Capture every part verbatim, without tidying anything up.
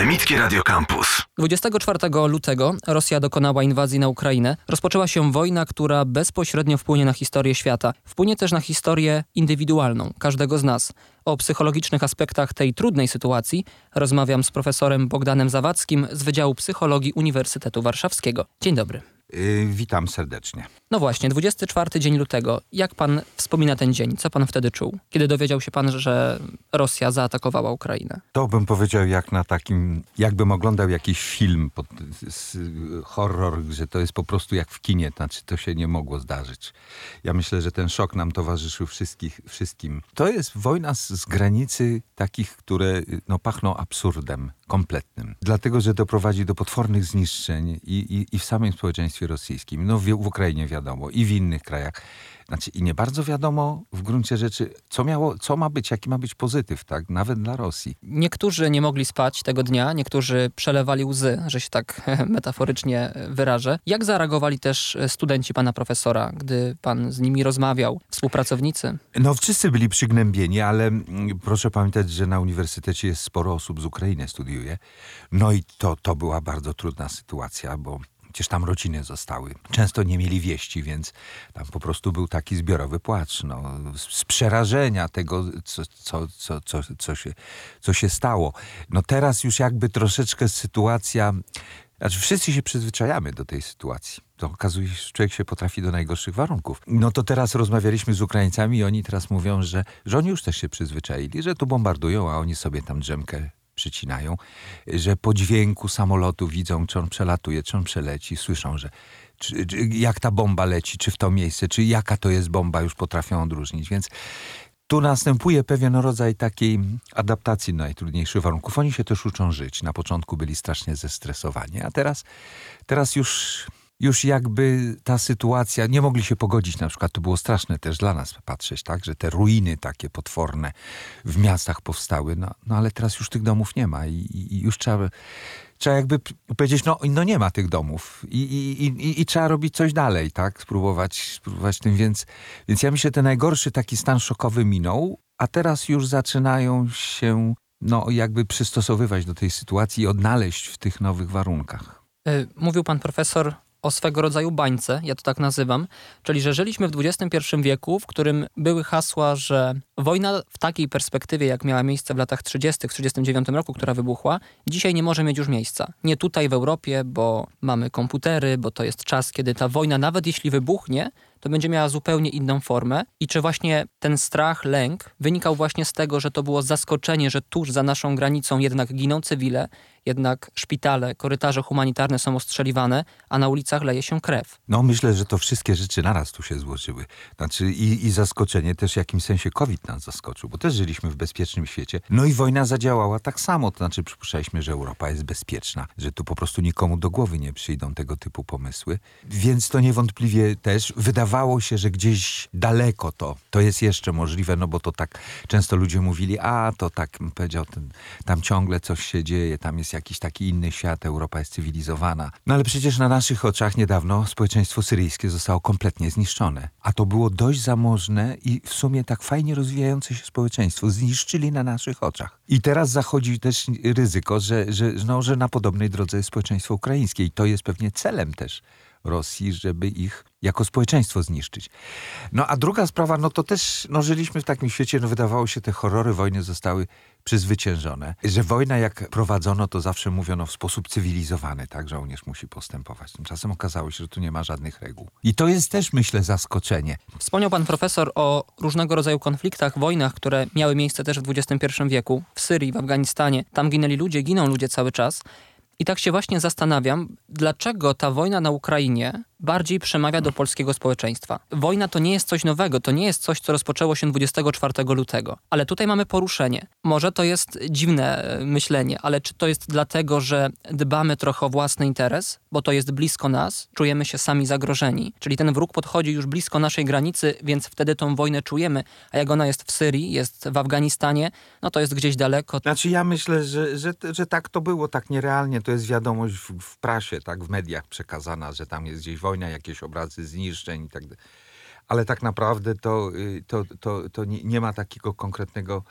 Akademickie Radio Campus. dwudziestego czwartego lutego Rosja dokonała inwazji na Ukrainę. Rozpoczęła się wojna, która bezpośrednio wpłynie na historię świata. Wpłynie też na historię indywidualną każdego z nas. O psychologicznych aspektach tej trudnej sytuacji rozmawiam z profesorem Bogdanem Zawadzkim z Wydziału Psychologii Uniwersytetu Warszawskiego. Dzień dobry. Yy, witam serdecznie. No właśnie, dwudziesty czwarty dzień lutego. Jak pan wspomina ten dzień? Co pan wtedy czuł? Kiedy dowiedział się pan, że Rosja zaatakowała Ukrainę? To bym powiedział jak na takim, jakbym oglądał jakiś film, pod, z, horror, że to jest po prostu jak w kinie, znaczy to się nie mogło zdarzyć. Ja myślę, że ten szok nam towarzyszył wszystkich, wszystkim. To jest wojna z, z granicy takich, które no, pachną absurdem kompletnym. Dlatego, że doprowadzi do potwornych zniszczeń i, i, i w samym społeczeństwie rosyjskim, no w, w Ukrainie wiadomo, i w innych krajach. Znaczy, i nie bardzo wiadomo w gruncie rzeczy, co miało, co ma być, jaki ma być pozytyw, tak? Nawet dla Rosji. Niektórzy nie mogli spać tego dnia, niektórzy przelewali łzy, że się tak metaforycznie wyrażę. Jak zareagowali też studenci pana profesora, gdy pan z nimi rozmawiał, współpracownicy? No wszyscy byli przygnębieni, ale proszę pamiętać, że na uniwersytecie jest sporo osób z Ukrainy studiuje. No i to, to była bardzo trudna sytuacja, bo przecież tam rodziny zostały. Często nie mieli wieści, więc tam po prostu był taki zbiorowy płacz. No, z przerażenia tego, co, co, co, co, co, się, co się stało. No teraz już jakby troszeczkę sytuacja... Znaczy wszyscy się przyzwyczajamy do tej sytuacji. To okazuje się, że człowiek się potrafi do najgorszych warunków. No to teraz rozmawialiśmy z Ukraińcami i oni teraz mówią, że, że oni już też się przyzwyczaili, że tu bombardują, a oni sobie tam drzemkę przycinają, że po dźwięku samolotu widzą, czy on przelatuje, czy on przeleci, słyszą, że czy, czy, jak ta bomba leci, czy w to miejsce, czy jaka to jest bomba, już potrafią odróżnić. Więc tu następuje pewien rodzaj takiej adaptacji do najtrudniejszych warunków. Oni się też uczą żyć. Na początku byli strasznie zestresowani, a teraz, teraz już... Już jakby ta sytuacja, nie mogli się pogodzić, na przykład to było straszne też dla nas patrzeć, tak, że te ruiny takie potworne w miastach powstały, no, no ale teraz już tych domów nie ma i, i, i już trzeba, trzeba jakby powiedzieć, no, no nie ma tych domów i, i, i, i trzeba robić coś dalej, tak, spróbować, spróbować tym, więc, więc ja myślę, że ten najgorszy taki stan szokowy minął, a teraz już zaczynają się, no jakby przystosowywać do tej sytuacji i odnaleźć w tych nowych warunkach. Mówił pan profesor o swego rodzaju bańce, ja to tak nazywam, czyli że żyliśmy w dwudziestym pierwszym wieku, w którym były hasła, że wojna w takiej perspektywie, jak miała miejsce w latach trzydziestych, w trzydziestym dziewiątym roku, która wybuchła, dzisiaj nie może mieć już miejsca. Nie tutaj w Europie, bo mamy komputery, bo to jest czas, kiedy ta wojna, nawet jeśli wybuchnie, to będzie miała zupełnie inną formę. I czy właśnie ten strach, lęk wynikał właśnie z tego, że to było zaskoczenie, że tuż za naszą granicą jednak giną cywile, jednak szpitale, korytarze humanitarne są ostrzeliwane, a na ulicach leje się krew. No myślę, że to wszystkie rzeczy naraz tu się złożyły. Znaczy i, i zaskoczenie też w jakimś sensie COVID nas zaskoczył, bo też żyliśmy w bezpiecznym świecie. No i wojna zadziałała tak samo. To znaczy przypuszczaliśmy, że Europa jest bezpieczna, że tu po prostu nikomu do głowy nie przyjdą tego typu pomysły. Więc to niewątpliwie też wydawało się, że gdzieś daleko to, to jest jeszcze możliwe, no bo to tak często ludzie mówili, a to tak powiedział, ten, tam ciągle coś się dzieje, tam jest jakiś taki inny świat, Europa jest cywilizowana. No ale przecież na naszych oczach niedawno społeczeństwo syryjskie zostało kompletnie zniszczone. A to było dość zamożne i w sumie tak fajnie rozwijające się społeczeństwo. Zniszczyli na naszych oczach. I teraz zachodzi też ryzyko, że, że, no, że na podobnej drodze jest społeczeństwo ukraińskie. I to jest pewnie celem też Rosji, żeby ich jako społeczeństwo zniszczyć. No a druga sprawa, no to też no, żyliśmy w takim świecie, no wydawało się, te horrory wojny zostały przezwyciężone. Że wojna jak prowadzono, to zawsze mówiono w sposób cywilizowany, tak, żołnierz musi postępować. Tymczasem okazało się, że tu nie ma żadnych reguł. I to jest też, myślę, zaskoczenie. Wspomniał pan profesor o różnego rodzaju konfliktach, wojnach, które miały miejsce też w dwudziestym pierwszym wieku, w Syrii, w Afganistanie. Tam ginęli ludzie, giną ludzie cały czas. I tak się właśnie zastanawiam, dlaczego ta wojna na Ukrainie bardziej przemawia do polskiego społeczeństwa. Wojna to nie jest coś nowego, to nie jest coś, co rozpoczęło się dwudziestego czwartego lutego. Ale tutaj mamy poruszenie. Może to jest dziwne myślenie, ale czy to jest dlatego, że dbamy trochę o własny interes, bo to jest blisko nas, czujemy się sami zagrożeni, czyli ten wróg podchodzi już blisko naszej granicy, więc wtedy tą wojnę czujemy, a jak ona jest w Syrii, jest w Afganistanie, no to jest gdzieś daleko. Znaczy ja myślę, że, że, że tak to było, tak nierealnie. To jest wiadomość w, w prasie, tak, w mediach przekazana, że tam jest gdzieś wojna, jakieś obrazy zniszczeń i tak dalej. Ale tak naprawdę to, to, to, to nie, nie ma takiego konkretnego,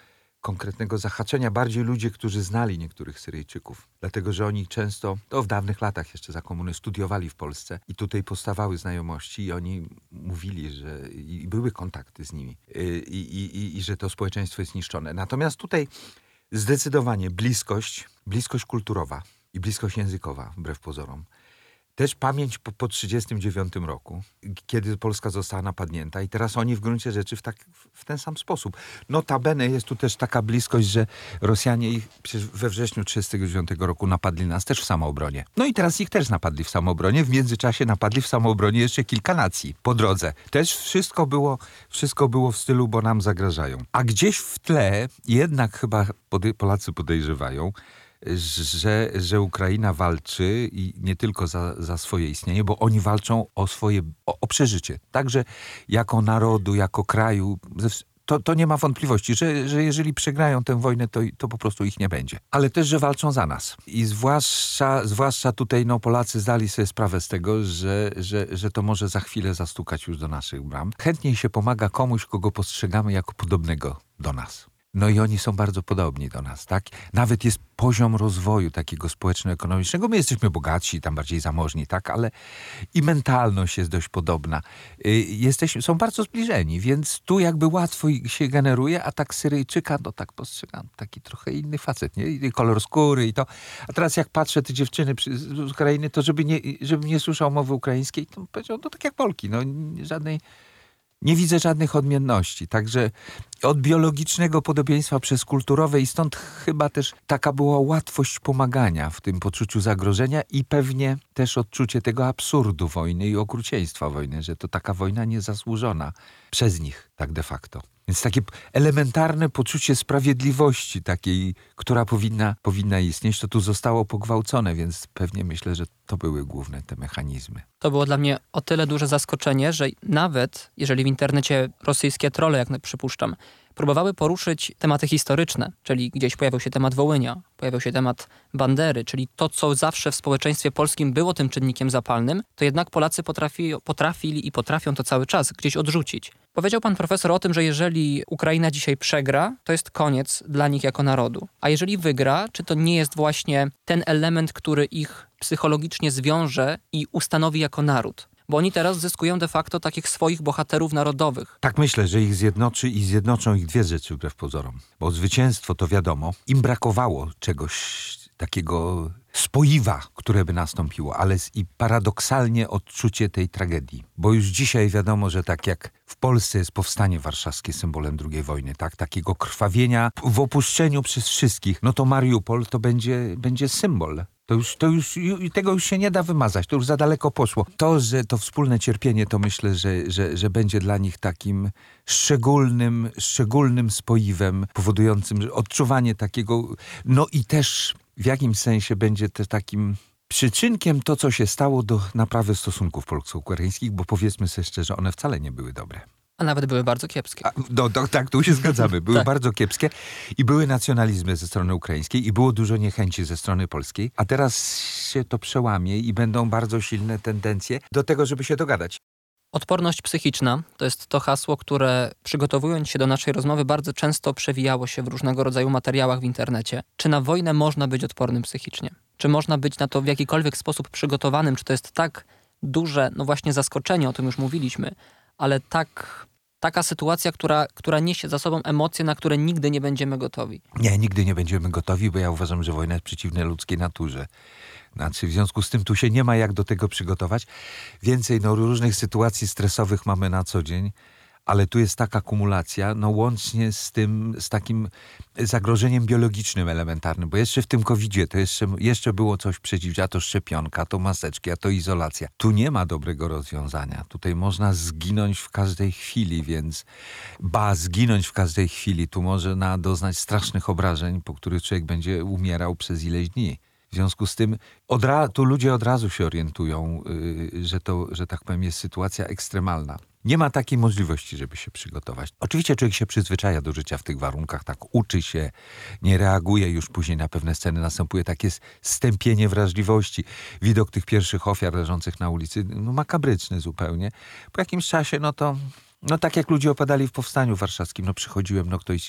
konkretnego zahaczenia. Bardziej ludzie, którzy znali niektórych Syryjczyków. Dlatego, że oni często, to w dawnych latach jeszcze za komuny, studiowali w Polsce i tutaj powstawały znajomości i oni mówili, że i były kontakty z nimi i, i, i, i że to społeczeństwo jest niszczone. Natomiast tutaj zdecydowanie bliskość, bliskość kulturowa i bliskość językowa, wbrew pozorom. Też pamięć po, po trzydziestym dziewiątym roku, kiedy Polska została napadnięta i teraz oni w gruncie rzeczy w, tak, w ten sam sposób. Notabene jest tu też taka bliskość, że Rosjanie ich przecież we wrześniu trzydziestego dziewiątego roku napadli nas też w samoobronie. No i teraz ich też napadli w samoobronie. W międzyczasie napadli w samoobronie jeszcze kilka nacji po drodze. Też wszystko było, wszystko było w stylu, bo nam zagrażają. A gdzieś w tle jednak chyba pode- Polacy podejrzewają, Że, że Ukraina walczy i nie tylko za, za swoje istnienie, bo oni walczą o swoje, o, o przeżycie. Także jako narodu, jako kraju, to, to nie ma wątpliwości, że, że jeżeli przegrają tę wojnę, to, to po prostu ich nie będzie. Ale też, że walczą za nas. I zwłaszcza, zwłaszcza tutaj no, Polacy zdali sobie sprawę z tego, że, że, że to może za chwilę zastukać już do naszych bram. Chętniej się pomaga komuś, kogo postrzegamy jako podobnego do nas. No i oni są bardzo podobni do nas, tak? Nawet jest poziom rozwoju takiego społeczno-ekonomicznego. My jesteśmy bogatsi, tam bardziej zamożni, tak? Ale i mentalność jest dość podobna. Jesteśmy, są bardzo zbliżeni, więc tu jakby łatwo się generuje, a tak Syryjczyka, no tak postrzegam, taki trochę inny facet, nie? I kolor skóry i to. A teraz jak patrzę te dziewczyny z Ukrainy, to żeby nie, żeby nie słyszał mowy ukraińskiej, to powiedział, no tak jak Polki, no żadnej... Nie widzę żadnych odmienności, także od biologicznego podobieństwa przez kulturowe i stąd chyba też taka była łatwość pomagania w tym poczuciu zagrożenia i pewnie też odczucie tego absurdu wojny i okrucieństwa wojny, że to taka wojna niezasłużona przez nich tak de facto. Więc takie elementarne poczucie sprawiedliwości takiej, która powinna, powinna istnieć, to tu zostało pogwałcone, więc pewnie myślę, że to były główne te mechanizmy. To było dla mnie o tyle duże zaskoczenie, że nawet jeżeli w internecie rosyjskie trolle, jak przypuszczam, próbowały poruszyć tematy historyczne, czyli gdzieś pojawił się temat Wołynia, pojawił się temat Bandery, czyli to, co zawsze w społeczeństwie polskim było tym czynnikiem zapalnym, to jednak Polacy potrafi, potrafili i potrafią to cały czas gdzieś odrzucić. Powiedział pan profesor o tym, że jeżeli Ukraina dzisiaj przegra, to jest koniec dla nich jako narodu. A jeżeli wygra, czy to nie jest właśnie ten element, który ich psychologicznie zwiąże i ustanowi jako naród? Bo oni teraz zyskują de facto takich swoich bohaterów narodowych. Tak myślę, że ich zjednoczy i zjednoczą ich dwie rzeczy wbrew pozorom. Bo zwycięstwo to wiadomo, im brakowało czegoś takiego spoiwa, które by nastąpiło, ale i paradoksalnie odczucie tej tragedii. Bo już dzisiaj wiadomo, że tak jak w Polsce jest powstanie warszawskie symbolem drugiej wojny, tak, takiego krwawienia w opuszczeniu przez wszystkich, no to Mariupol to będzie, będzie symbol. To już, to już, tego już się nie da wymazać, to już za daleko poszło. To, że to wspólne cierpienie, to myślę, że, że, że będzie dla nich takim szczególnym, szczególnym spoiwem, powodującym odczuwanie takiego, no i też w jakimś sensie będzie też takim przyczynkiem to, co się stało do naprawy stosunków polsko-ukraińskich, bo powiedzmy sobie szczerze, one wcale nie były dobre. A nawet były bardzo kiepskie. A, no, no, tak, tu się zgadzamy. Były tak. bardzo kiepskie i były nacjonalizmy ze strony ukraińskiej i było dużo niechęci ze strony polskiej, a teraz się to przełamie i będą bardzo silne tendencje do tego, żeby się dogadać. Odporność psychiczna to jest to hasło, które przygotowując się do naszej rozmowy bardzo często przewijało się w różnego rodzaju materiałach w internecie. Czy na wojnę można być odpornym psychicznie? Czy można być na to w jakikolwiek sposób przygotowanym? Czy to jest tak duże, no właśnie zaskoczenie, o tym już mówiliśmy, ale tak, taka sytuacja, która, która niesie za sobą emocje, na które nigdy nie będziemy gotowi. Nie, nigdy nie będziemy gotowi, bo ja uważam, że wojna jest przeciwna ludzkiej naturze. Znaczy, w związku z tym tu się nie ma jak do tego przygotować. Więcej no, różnych sytuacji stresowych mamy na co dzień, ale tu jest taka kumulacja, no łącznie z tym, z takim zagrożeniem biologicznym elementarnym, bo jeszcze w tym kowidzie to jeszcze, jeszcze było coś przeciw, a to szczepionka, a to maseczki, a to izolacja. Tu nie ma dobrego rozwiązania. Tutaj można zginąć w każdej chwili, więc ba, zginąć w każdej chwili. Tu można doznać strasznych obrażeń, po których człowiek będzie umierał przez ileś dni. W związku z tym od ra- tu ludzie od razu się orientują, yy, że to, że tak powiem, jest sytuacja ekstremalna. Nie ma takiej możliwości, żeby się przygotować. Oczywiście człowiek się przyzwyczaja do życia w tych warunkach, tak uczy się, nie reaguje już później na pewne sceny, następuje takie stępienie wrażliwości. Widok tych pierwszych ofiar leżących na ulicy, no makabryczny zupełnie. Po jakimś czasie, no to, no tak jak ludzie opadali w powstaniu warszawskim, no przychodziłem, no ktoś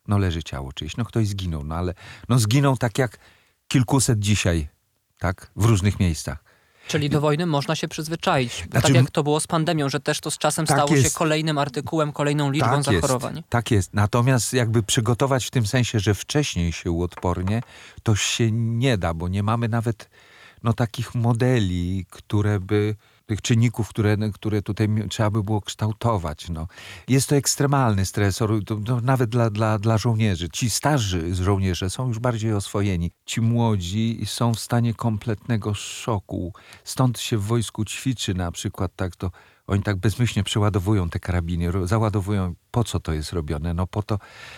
No leży ciało czyjeś, no ktoś zginął, no ale no zginął tak jak kilkuset dzisiaj, tak? W różnych miejscach. Czyli do wojny można się przyzwyczaić. Znaczy, tak jak to było z pandemią, że też to z czasem tak stało jest. się kolejnym artykułem, kolejną liczbą tak zachorowań. Jest, tak jest. Natomiast jakby przygotować w tym sensie, że wcześniej się uodpornie, to się nie da, bo nie mamy nawet no, takich modeli, które by... tych czynników, które, które tutaj trzeba by było kształtować. No. Jest to ekstremalny stresor, to, to nawet dla, dla, dla żołnierzy. Ci starzy żołnierze są już bardziej oswojeni. Ci młodzi są w stanie kompletnego szoku. Stąd się w wojsku ćwiczy na przykład tak, to oni tak bezmyślnie przeładowują te karabiny, załadowują. Po co to jest robione? No po to,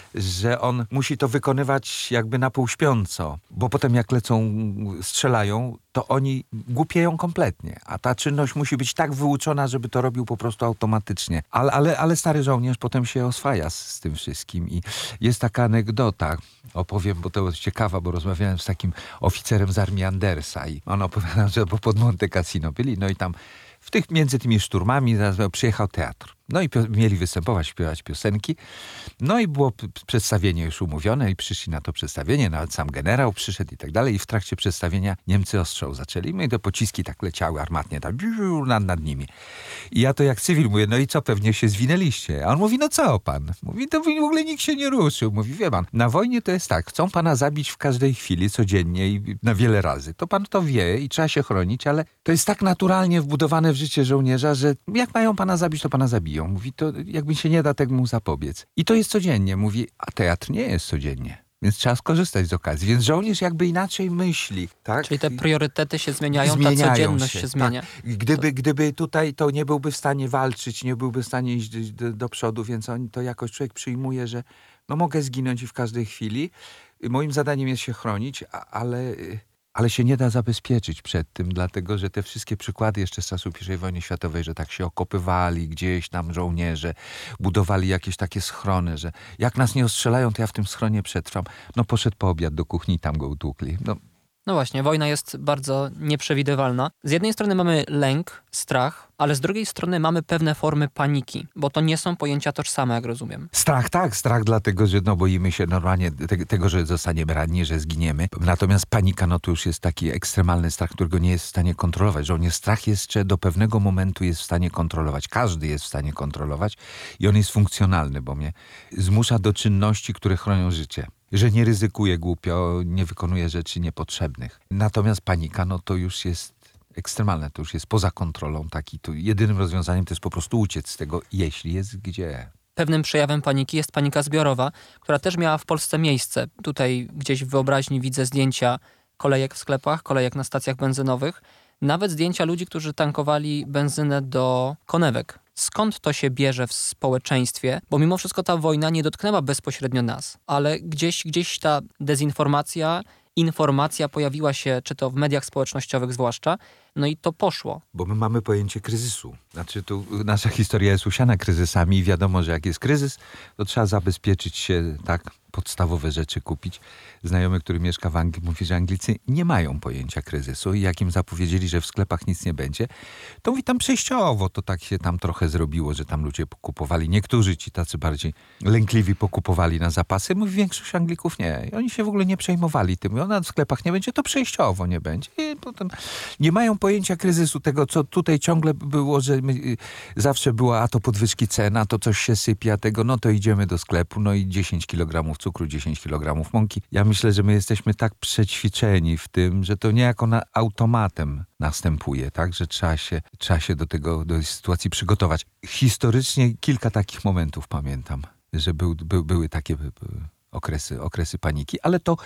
że on musi to wykonywać jakby na pół śpiąco, bo potem jak lecą, strzelają, to oni głupieją kompletnie, a ta czynność musi być tak wyuczona, żeby to robił po prostu automatycznie. Ale, ale, ale stary żołnierz potem się oswaja z, z tym wszystkim i jest taka anegdota, opowiem, bo to jest ciekawa, bo rozmawiałem z takim oficerem z armii Andersa i on opowiadał, że pod Monte Cassino byli, no i tam w tych, między tymi szturmami przyjechał teatr. No i pio- mieli występować, śpiewać piosenki. No i było p- przedstawienie już umówione i przyszli na to przedstawienie, nawet sam generał przyszedł i tak dalej. I w trakcie przedstawienia Niemcy ostrzał zaczęli. No i te pociski tak leciały armatnie tam nad, nad nimi. I ja to jak cywil mówię, no i co, pewnie się zwinęliście. A on mówi, no co pan? Mówi, to w ogóle nikt się nie ruszył. Mówi, wie pan, na wojnie to jest tak, chcą pana zabić w każdej chwili, codziennie i na wiele razy. To pan to wie i trzeba się chronić, ale to jest tak naturalnie wbudowane w życie żołnierza, że jak mają pana zabić, to pana zabiją. Mówi, to jakby się nie da temu zapobiec. I to jest codziennie. Mówi, a teatr nie jest codziennie. Więc trzeba skorzystać z okazji. Więc żołnierz jakby inaczej myśli. Tak? Czyli te priorytety się zmieniają, zmieniają ta codzienność się, się zmienia. Tak. Gdyby, gdyby tutaj to nie byłby w stanie walczyć, nie byłby w stanie iść do, do przodu, więc on to jakoś człowiek przyjmuje, że no mogę zginąć i w każdej chwili. Moim zadaniem jest się chronić, a, ale... Ale się nie da zabezpieczyć przed tym, dlatego że te wszystkie przykłady jeszcze z czasów pierwszej wojny światowej, że tak się okopywali gdzieś tam żołnierze, budowali jakieś takie schrony, że jak nas nie ostrzelają, to ja w tym schronie przetrwam. No poszedł po obiad do kuchni, tam go utłukli. No. No właśnie, wojna jest bardzo nieprzewidywalna. Z jednej strony mamy lęk, strach, ale z drugiej strony mamy pewne formy paniki, bo to nie są pojęcia tożsame, jak rozumiem. Strach, tak, strach dlatego, że no, boimy się normalnie te, tego, że zostaniemy ranni, że zginiemy. Natomiast panika, no to już jest taki ekstremalny strach, którego nie jest w stanie kontrolować. Żołnierz strach jeszcze do pewnego momentu jest w stanie kontrolować. Każdy jest w stanie kontrolować i on jest funkcjonalny, bo mnie zmusza do czynności, które chronią życie. Że nie ryzykuje głupio, nie wykonuje rzeczy niepotrzebnych. Natomiast panika, no to już jest ekstremalne, to już jest poza kontrolą. Taki, to jedynym rozwiązaniem to jest po prostu uciec z tego, jeśli jest gdzie. Pewnym przejawem paniki jest panika zbiorowa, która też miała w Polsce miejsce. Tutaj gdzieś w wyobraźni widzę zdjęcia kolejek w sklepach, kolejek na stacjach benzynowych, nawet zdjęcia ludzi, którzy tankowali benzynę do konewek. Skąd to się bierze w społeczeństwie? Bo mimo wszystko ta wojna nie dotknęła bezpośrednio nas, ale gdzieś, gdzieś ta dezinformacja, informacja pojawiła się, czy to w mediach społecznościowych zwłaszcza, no i to poszło. Bo my mamy pojęcie kryzysu. Znaczy tu nasza historia jest usiana kryzysami i wiadomo, że jak jest kryzys, to trzeba zabezpieczyć się, tak, podstawowe rzeczy kupić. Znajomy, który mieszka w Anglii, mówi, że Anglicy nie mają pojęcia kryzysu i jak im zapowiedzieli, że w sklepach nic nie będzie, to mówi, tam przejściowo to tak się tam trochę zrobiło, że tam ludzie pokupowali. Niektórzy ci tacy bardziej lękliwi pokupowali na zapasy. Mówi, większość Anglików nie. I oni się w ogóle nie przejmowali tym. Ona w sklepach nie będzie, to przejściowo nie będzie. I potem nie mają pojęcia kryzysu, tego co tutaj ciągle było, że my, y, zawsze była, a to podwyżki cen, a to coś się sypie, a tego, no to idziemy do sklepu, no i dziesięć kilogramów cukru, dziesięć kilogramów mąki. Ja myślę, że my jesteśmy tak przećwiczeni w tym, że to niejako na automatem następuje, tak, że trzeba się, trzeba się do tego, do tej sytuacji przygotować. Historycznie kilka takich momentów pamiętam, że był, by, były takie by, by, okresy, okresy paniki, ale to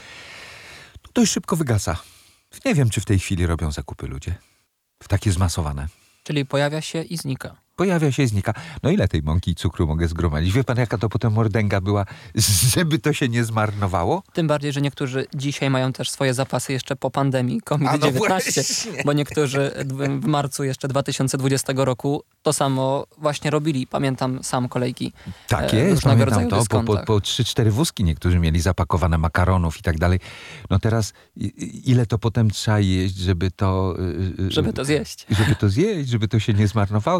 dość szybko wygasa. Nie wiem, czy w tej chwili robią zakupy ludzie. W takie zmasowane. Czyli pojawia się i znika. Pojawia się i znika. No ile tej mąki i cukru mogę zgromadzić? Wie pan, jaka to potem mordęga była, żeby to się nie zmarnowało? Tym bardziej, że niektórzy dzisiaj mają też swoje zapasy jeszcze po pandemii COVID dziewiętnaście, no bo niektórzy w marcu jeszcze dwa tysiące dwudziestego roku to samo właśnie robili. Pamiętam sam kolejki. Tak jest, różnego pamiętam rodzaju to. Po, po, po trzy, cztery wózki niektórzy mieli zapakowane makaronów i tak dalej. No teraz ile to potem trzeba jeść, żeby to... Żeby to zjeść. Żeby to zjeść, żeby to się nie zmarnowało, to sam z domu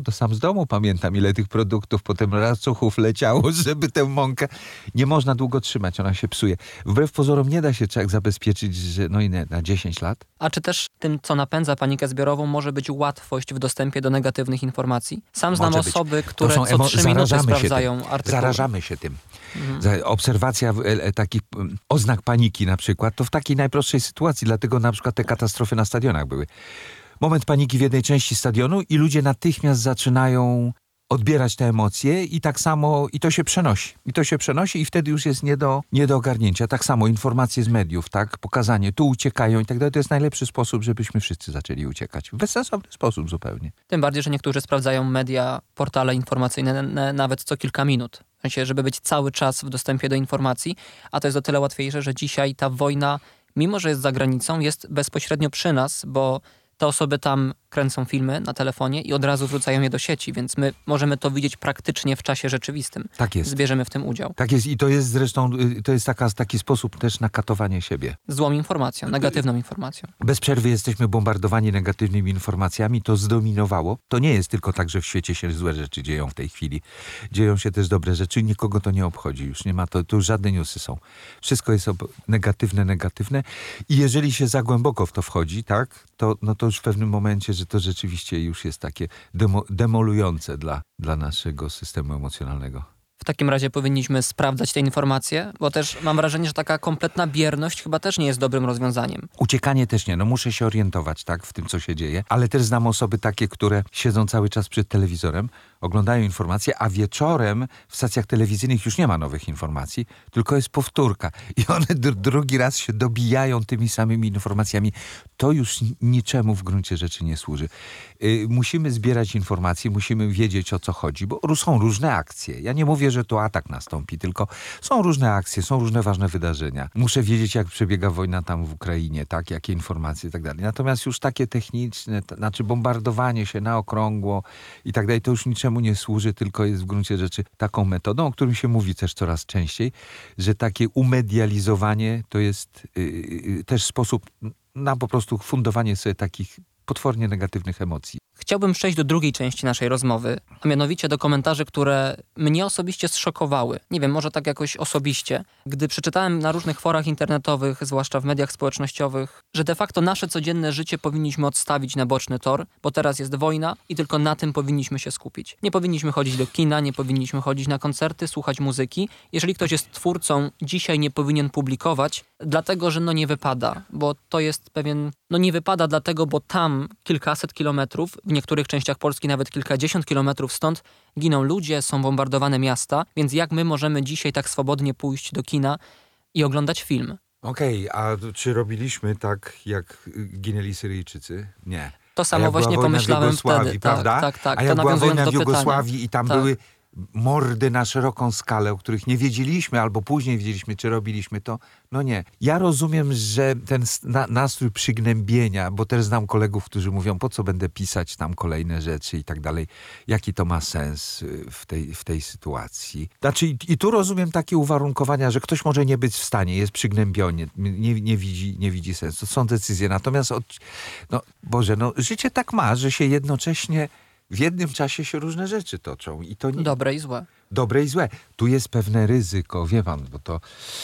domu, pamiętam ile tych produktów, potem racuchów leciało, żeby tę mąkę... Nie można długo trzymać, ona się psuje. Wbrew pozorom nie da się człowiek zabezpieczyć, że no i nie, na dziesięć lat. A czy też tym, co napędza panikę zbiorową, może być łatwość w dostępie do negatywnych informacji? Sam znam Może osoby, być. które co emo- trzy minuty zarażamy sprawdzają się artykuły. Zarażamy się tym. Mhm. Obserwacja e, e, takich m, oznak paniki na przykład, to w takiej najprostszej sytuacji, dlatego na przykład te katastrofy na stadionach były. Moment paniki w jednej części stadionu i ludzie natychmiast zaczynają odbierać te emocje i tak samo, i to się przenosi. I to się przenosi i wtedy już jest nie do, nie do ogarnięcia. Tak samo informacje z mediów, tak? Pokazanie, tu uciekają i tak dalej. To jest najlepszy sposób, żebyśmy wszyscy zaczęli uciekać. W bezsensowny sposób zupełnie. Tym bardziej, że niektórzy sprawdzają media, portale informacyjne n- nawet co kilka minut. W sensie, żeby być cały czas w dostępie do informacji, a to jest o tyle łatwiejsze, że dzisiaj ta wojna, mimo że jest za granicą, jest bezpośrednio przy nas, bo te osoby tam kręcą filmy na telefonie i od razu wrzucają je do sieci, więc my możemy to widzieć praktycznie w czasie rzeczywistym. Tak jest. Zbierzemy w tym udział. Tak jest i to jest zresztą, to jest taka, taki sposób też na katowanie siebie. Złą informacją, negatywną informacją. Bez przerwy jesteśmy bombardowani negatywnymi informacjami, to zdominowało. To nie jest tylko tak, że w świecie się złe rzeczy dzieją w tej chwili. Dzieją się też dobre rzeczy i nikogo to nie obchodzi. Już nie ma to, to już żadne newsy są. Wszystko jest ob- negatywne, negatywne i jeżeli się za głęboko w to wchodzi, tak, to, no to już w pewnym momencie, że to rzeczywiście już jest takie demo, demolujące dla, dla naszego systemu emocjonalnego. W takim razie powinniśmy sprawdzać te informacje, bo też mam wrażenie, że taka kompletna bierność chyba też nie jest dobrym rozwiązaniem. Uciekanie też nie. No muszę się orientować, tak, w tym, co się dzieje, ale też znam osoby takie, które siedzą cały czas przed telewizorem, oglądają informacje, a wieczorem w stacjach telewizyjnych już nie ma nowych informacji, tylko jest powtórka. I one d- drugi raz się dobijają tymi samymi informacjami. To już niczemu w gruncie rzeczy nie służy. Yy, musimy zbierać informacje, musimy wiedzieć, o co chodzi, bo są różne akcje. Ja nie mówię, że to atak nastąpi, tylko są różne akcje, są różne ważne wydarzenia. Muszę wiedzieć, jak przebiega wojna tam w Ukrainie, tak, jakie informacje i tak dalej. Natomiast już takie techniczne, to znaczy bombardowanie się na okrągło i tak dalej, to już niczemu nie służy, tylko jest w gruncie rzeczy taką metodą, o którym się mówi też coraz częściej, że takie umedializowanie to jest yy, też sposób na po prostu fundowanie sobie takich potwornie negatywnych emocji. Chciałbym przejść do drugiej części naszej rozmowy, a mianowicie do komentarzy, które mnie osobiście zszokowały. Nie wiem, może tak jakoś osobiście. Gdy przeczytałem na różnych forach internetowych, zwłaszcza w mediach społecznościowych, że de facto nasze codzienne życie powinniśmy odstawić na boczny tor, bo teraz jest wojna i tylko na tym powinniśmy się skupić. Nie powinniśmy chodzić do kina, nie powinniśmy chodzić na koncerty, słuchać muzyki. Jeżeli ktoś jest twórcą, dzisiaj nie powinien publikować, dlatego, że no nie wypada, bo to jest pewien... No nie wypada dlatego, bo tam kilkaset kilometrów, w niektórych częściach Polski nawet kilkadziesiąt kilometrów stąd giną ludzie, są bombardowane miasta, więc jak my możemy dzisiaj tak swobodnie pójść do kina i oglądać film? Okej, okay, a czy robiliśmy tak, jak ginęli Syryjczycy? Nie. To samo właśnie pomyślałem wtedy. Prawda? Tak, tak, tak. A jak to była wojna do w Jugosławii pytania. i tam tak. były mordy na szeroką skalę, o których nie wiedzieliśmy, albo później wiedzieliśmy, czy robiliśmy to. No nie. Ja rozumiem, że ten na, nastrój przygnębienia, bo też znam kolegów, którzy mówią, po co będę pisać tam kolejne rzeczy i tak dalej. Jaki to ma sens w tej, w tej sytuacji? Znaczy, i, i tu rozumiem takie uwarunkowania, że ktoś może nie być w stanie, jest przygnębiony, nie, nie, widzi, nie widzi sensu. To są decyzje. Natomiast, od, no Boże, no życie tak ma, że się jednocześnie w jednym czasie się różne rzeczy toczą. I to nie... Dobre i złe. Dobre i złe. Tu jest pewne ryzyko, wie pan, bo to,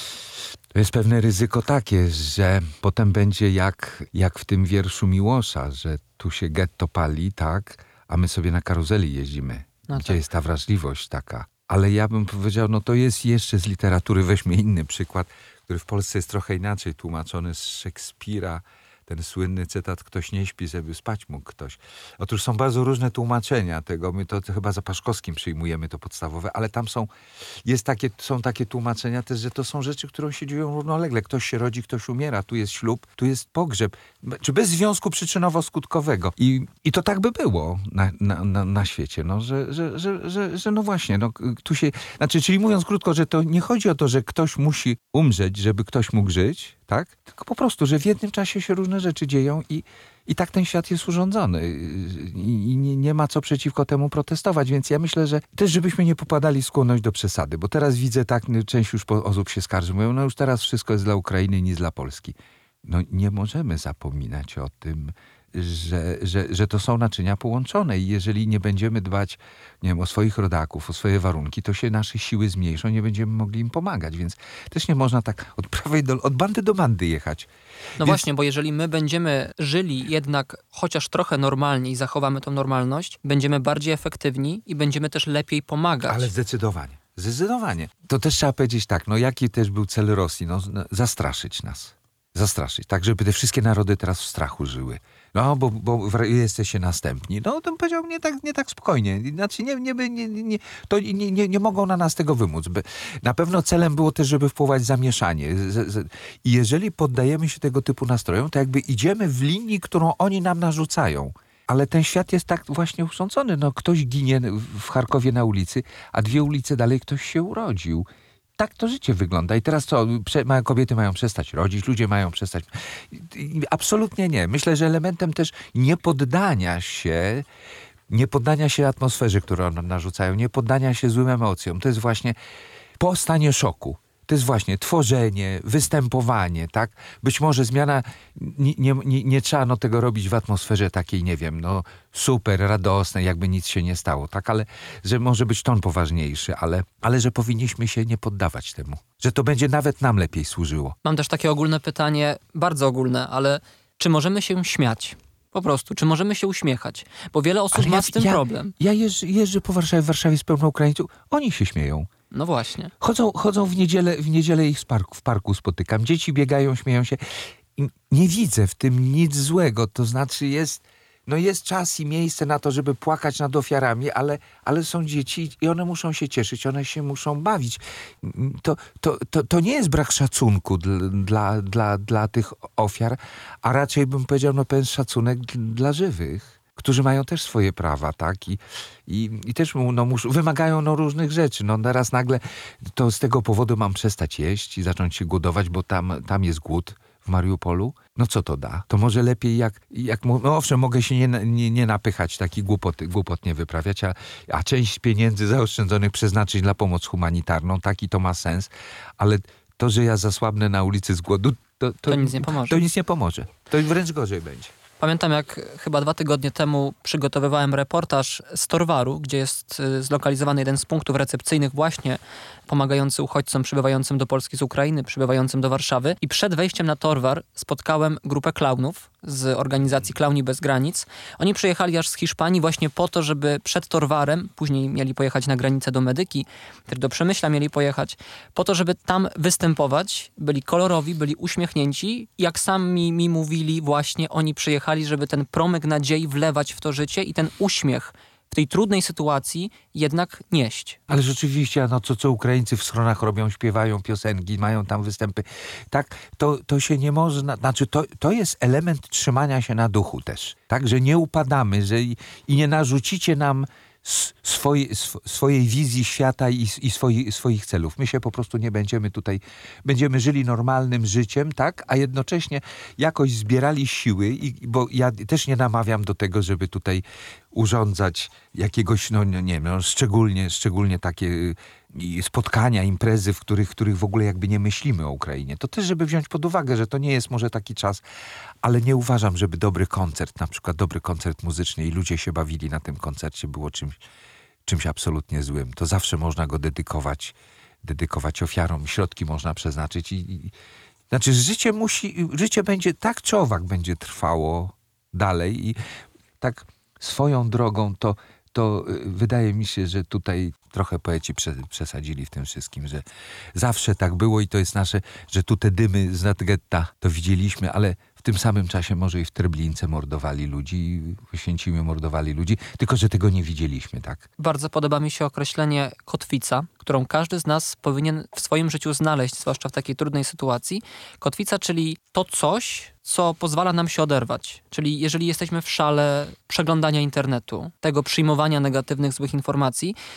to jest pewne ryzyko takie, że potem będzie jak, jak w tym wierszu Miłosza, że tu się getto pali, tak, a my sobie na karuzeli jeździmy. No Gdzie tak. jest ta wrażliwość taka. Ale ja bym powiedział, no to jest jeszcze z literatury, weźmy inny przykład, który w Polsce jest trochę inaczej tłumaczony z Szekspira. Ten słynny cytat, ktoś nie śpi, żeby spać mógł ktoś. Otóż są bardzo różne tłumaczenia tego, my to chyba za Paszkowskim przyjmujemy to podstawowe, ale tam są, jest takie, są takie tłumaczenia też, że to są rzeczy, które się dzieją równolegle. Ktoś się rodzi, ktoś umiera, tu jest ślub, tu jest pogrzeb, czy bez związku przyczynowo-skutkowego. I, i to tak by było na, na, na, na świecie, no, że, że, że, że, że no właśnie, no, tu się, znaczy, czyli mówiąc krótko, że to nie chodzi o to, że ktoś musi umrzeć, żeby ktoś mógł żyć, tak? Tylko po prostu, że w jednym czasie się różne rzeczy dzieją i, i tak ten świat jest urządzony. I, i nie, nie ma co przeciwko temu protestować, więc ja myślę, że też żebyśmy nie popadali w skłonność do przesady, bo teraz widzę tak, część już osób się skarży, mówią, no już teraz wszystko jest dla Ukrainy, nic dla Polski. No nie możemy zapominać o tym, że, że, że to są naczynia połączone i jeżeli nie będziemy dbać, nie wiem, o swoich rodaków, o swoje warunki, to się nasze siły zmniejszą, nie będziemy mogli im pomagać, więc też nie można tak od prawej do, od bandy do bandy jechać. No więc... właśnie, bo jeżeli my będziemy żyli jednak chociaż trochę normalnie i zachowamy tą normalność, będziemy bardziej efektywni i będziemy też lepiej pomagać. Ale zdecydowanie. Zdecydowanie. To też trzeba powiedzieć tak, no jaki też był cel Rosji? No, zastraszyć nas. Zastraszyć, tak żeby te wszystkie narody teraz w strachu żyły. No, bo, bo jesteście następni. No, to bym powiedział nie tak, nie tak spokojnie. Znaczy, nie, nie, nie, nie, to nie, nie, nie mogą na nas tego wymóc. Na pewno celem było też, żeby wpływać zamieszanie. I jeżeli poddajemy się tego typu nastrojom, to jakby idziemy w linii, którą oni nam narzucają. Ale ten świat jest tak właśnie urządzony. No, ktoś ginie w Charkowie na ulicy, a dwie ulice dalej ktoś się urodził. Tak to życie wygląda. I teraz co? Prze- kobiety mają przestać rodzić, ludzie mają przestać... Absolutnie nie. Myślę, że elementem też niepoddania się, niepoddania się atmosferze, którą nam narzucają, niepoddania się złym emocjom, to jest właśnie po stanie szoku. To jest właśnie tworzenie, występowanie, tak? Być może zmiana, nie, nie, nie, nie trzeba no tego robić w atmosferze takiej, nie wiem, no super, radosnej, jakby nic się nie stało, tak? Ale że może być ton poważniejszy, ale, ale że powinniśmy się nie poddawać temu. Że to będzie nawet nam lepiej służyło. Mam też takie ogólne pytanie, bardzo ogólne, ale czy możemy się śmiać? Po prostu, czy możemy się uśmiechać? Bo wiele osób ale ma ja, z tym ja, problem. Ja jeżdżę, jeżdżę po Warszawie, w Warszawie z pełną Ukraińców, oni się śmieją. No właśnie. Chodzą, chodzą w niedzielę, w niedzielę ich z parku, w parku spotykam. Dzieci biegają, śmieją się. I nie widzę w tym nic złego. To znaczy jest, no jest czas i miejsce na to, żeby płakać nad ofiarami, ale, ale są dzieci i one muszą się cieszyć, one się muszą bawić. To, to, to, to nie jest brak szacunku dla, dla, dla, dla tych ofiar, a raczej bym powiedział, no pewien szacunek dla żywych, którzy mają też swoje prawa, tak? I, i, i też no, muszą, wymagają no, różnych rzeczy. No teraz nagle to z tego powodu mam przestać jeść i zacząć się głodować, bo tam, tam jest głód w Mariupolu. No co to da? To może lepiej jak... jak no owszem, mogę się nie, nie, nie napychać, taki głupoty, głupot nie wyprawiać, a, a część pieniędzy zaoszczędzonych przeznaczyć na pomoc humanitarną, taki to ma sens, ale to, że ja zasłabnę na ulicy z głodu, to, to, To nic nie pomoże. To nic nie pomoże. To wręcz gorzej będzie. Pamiętam, jak chyba dwa tygodnie temu przygotowywałem reportaż z Torwaru, gdzie jest zlokalizowany jeden z punktów recepcyjnych właśnie pomagający uchodźcom przybywającym do Polski z Ukrainy, przybywającym do Warszawy. I przed wejściem na Torwar spotkałem grupę klaunów z organizacji Klauni Bez Granic. Oni przyjechali aż z Hiszpanii właśnie po to, żeby przed Torwarem, później mieli pojechać na granicę do Medyki, też do Przemyśla mieli pojechać, po to, żeby tam występować. Byli kolorowi, byli uśmiechnięci. Jak sami mi mówili, właśnie oni przyjechali, żeby ten promyk nadziei wlewać w to życie i ten uśmiech w tej trudnej sytuacji jednak nieść. Ale rzeczywiście, no co, co Ukraińcy w schronach robią, śpiewają piosenki, mają tam występy, tak, to, to się nie można, znaczy to, to jest element trzymania się na duchu też, tak, że nie upadamy, że i, i nie narzucicie nam Swoje, sw- swojej wizji świata i, i swoi, swoich celów. My się po prostu nie będziemy tutaj, będziemy żyli normalnym życiem, tak, a jednocześnie jakoś zbierali siły, i, bo ja też nie namawiam do tego, żeby tutaj urządzać jakiegoś, no nie wiem, no, szczególnie, szczególnie takie spotkania, imprezy, w których, których w ogóle jakby nie myślimy o Ukrainie. To też, żeby wziąć pod uwagę, że to nie jest może taki czas, ale nie uważam, żeby dobry koncert, na przykład dobry koncert muzyczny i ludzie się bawili na tym koncercie, było czymś, czymś absolutnie złym. To zawsze można go dedykować, dedykować ofiarom, środki można przeznaczyć i, i znaczy życie musi, życie będzie tak czy owak będzie trwało dalej i tak swoją drogą to to wydaje mi się, że tutaj trochę poeci przesadzili w tym wszystkim, że zawsze tak było i to jest nasze, że tu te dymy z nad getta to widzieliśmy, ale w tym samym czasie może i w Treblince mordowali ludzi, w Oświęcimiu mordowali ludzi, tylko że tego nie widzieliśmy, tak? Bardzo podoba mi się określenie kotwica, którą każdy z nas powinien w swoim życiu znaleźć, zwłaszcza w takiej trudnej sytuacji. Kotwica, czyli to coś, co pozwala nam się oderwać. Czyli jeżeli jesteśmy w szale przeglądania internetu, tego przyjmowania negatywnych, złych informacji, ta kotwica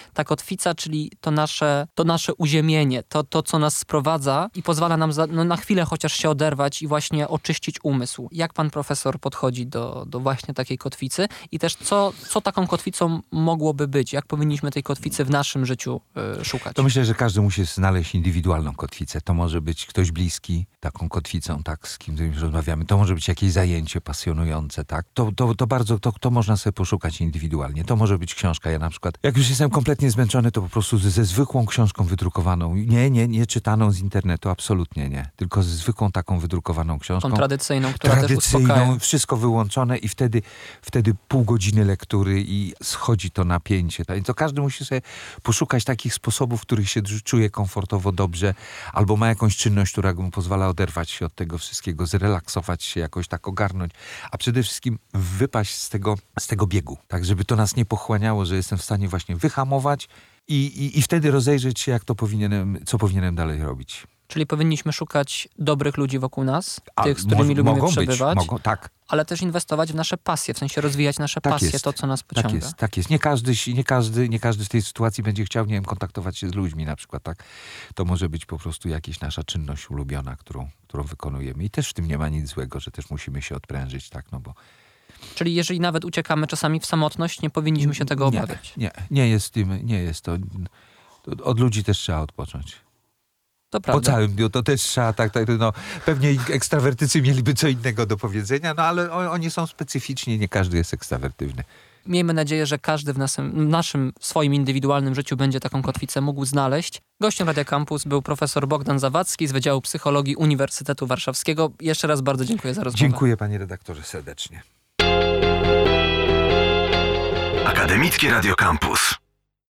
kotwica, czyli to nasze, to nasze uziemienie, to, to co nas sprowadza i pozwala nam za, no, na chwilę chociaż się oderwać i właśnie oczyścić umysł. Jak pan profesor podchodzi do, do właśnie takiej kotwicy i też co, co taką kotwicą mogłoby być? Jak powinniśmy tej kotwicy w naszym życiu y, szukać? To myślę, że każdy musi znaleźć indywidualną kotwicę. To może być ktoś bliski taką kotwicą, tak, z kim rozmawiamy. To może być jakieś zajęcie pasjonujące, tak. To, to, to bardzo, to, to można sobie poszukać indywidualnie. To może być książka. Ja na przykład, jak już jestem kompletnie zmęczony, to po prostu ze, ze zwykłą książką wydrukowaną. Nie, nie, nie czytaną z internetu, absolutnie nie. Tylko ze zwykłą taką wydrukowaną książką. Tą tradycyjną, która tradycyjną, też uspokaja. Wszystko wyłączone i wtedy, wtedy pół godziny lektury i schodzi to napięcie. Tak? To każdy musi sobie poszukać takich sposobów, w których się czuje komfortowo, dobrze, albo ma jakąś czynność, która mu pozwala oderwać się od tego wszystkiego, zrelaksować się, jakoś tak ogarnąć, a przede wszystkim wypaść z tego, z tego biegu, tak, żeby to nas nie pochłaniało, że jestem w stanie właśnie wyhamować i, i, i wtedy rozejrzeć się, jak to powinienem, co powinienem dalej robić. Czyli powinniśmy szukać dobrych ludzi wokół nas, A, tych, z którymi mo- lubimy mogą przebywać, być, mogą, tak. ale też inwestować w nasze pasje, w sensie rozwijać nasze Tak pasje, jest. to, co nas pociąga. Tak jest, tak jest. Nie każdy, nie, każdy, nie każdy w tej sytuacji będzie chciał, nie wiem, kontaktować się z ludźmi na przykład, tak? To może być po prostu jakaś nasza czynność ulubiona, którą, którą wykonujemy. I też w tym nie ma nic złego, że też musimy się odprężyć, tak? No bo Czyli jeżeli nawet uciekamy czasami w samotność, nie powinniśmy się tego nie, obawiać. Nie, nie jest tym, nie jest to. to od ludzi też trzeba odpocząć. To prawda. Po całym dniu to też trzeba, tak, tak, no, pewnie ekstrawertycy mieliby co innego do powiedzenia, no ale oni są specyficzni, nie każdy jest ekstrawertywny. Miejmy nadzieję, że każdy w naszym, w naszym swoim indywidualnym życiu będzie taką kotwicę mógł znaleźć. Gościem Radia Campus był profesor Bogdan Zawadzki z Wydziału Psychologii Uniwersytetu Warszawskiego. Jeszcze raz bardzo dziękuję za rozmowę. Dziękuję, panie redaktorze, serdecznie. Akademickie Radio Campus.